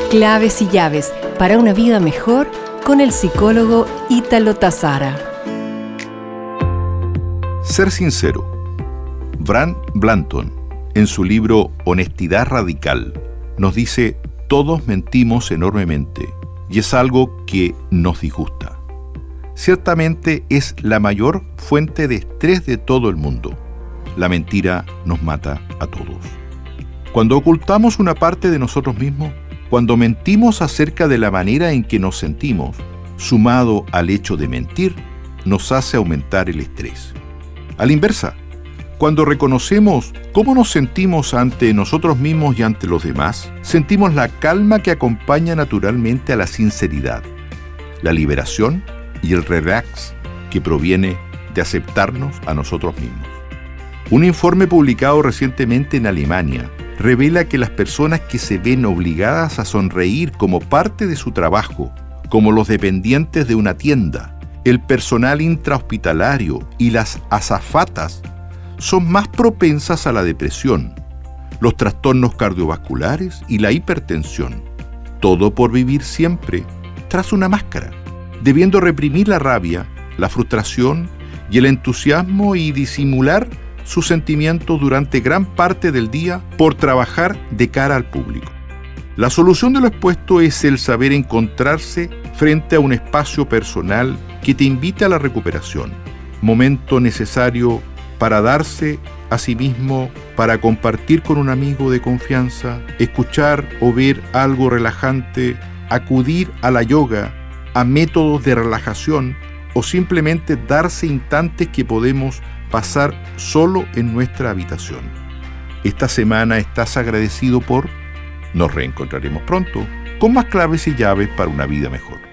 Claves y llaves para una vida mejor con el psicólogo Ítalo Tazara. Ser sincero. Brant Blanton, en su libro Honestidad Radical, nos dice: todos mentimos enormemente y es algo que nos disgusta. Ciertamente es la mayor fuente de estrés de todo el mundo. La mentira nos mata a todos. Cuando ocultamos una parte de nosotros mismos, cuando mentimos acerca de la manera en que nos sentimos, sumado al hecho de mentir, nos hace aumentar el estrés. A la inversa, cuando reconocemos cómo nos sentimos ante nosotros mismos y ante los demás, sentimos la calma que acompaña naturalmente a la sinceridad, la liberación y el relax que proviene de aceptarnos a nosotros mismos. Un informe publicado recientemente en Alemania revela que las personas que se ven obligadas a sonreír como parte de su trabajo, como los dependientes de una tienda, el personal intrahospitalario y las azafatas, son más propensas a la depresión, los trastornos cardiovasculares y la hipertensión. Todo por vivir siempre tras una máscara, debiendo reprimir la rabia, la frustración y el entusiasmo y disimular sus sentimientos durante gran parte del día por trabajar de cara al público. La solución de lo expuesto es el saber encontrarse frente a un espacio personal que te invite a la recuperación, momento necesario para darse a sí mismo, para compartir con un amigo de confianza, escuchar o ver algo relajante, acudir a la yoga, a métodos de relajación o simplemente darse instantes que podemos pasar solo en nuestra habitación. Esta semana estás agradecido por... Nos reencontraremos pronto con más claves y llaves para una vida mejor.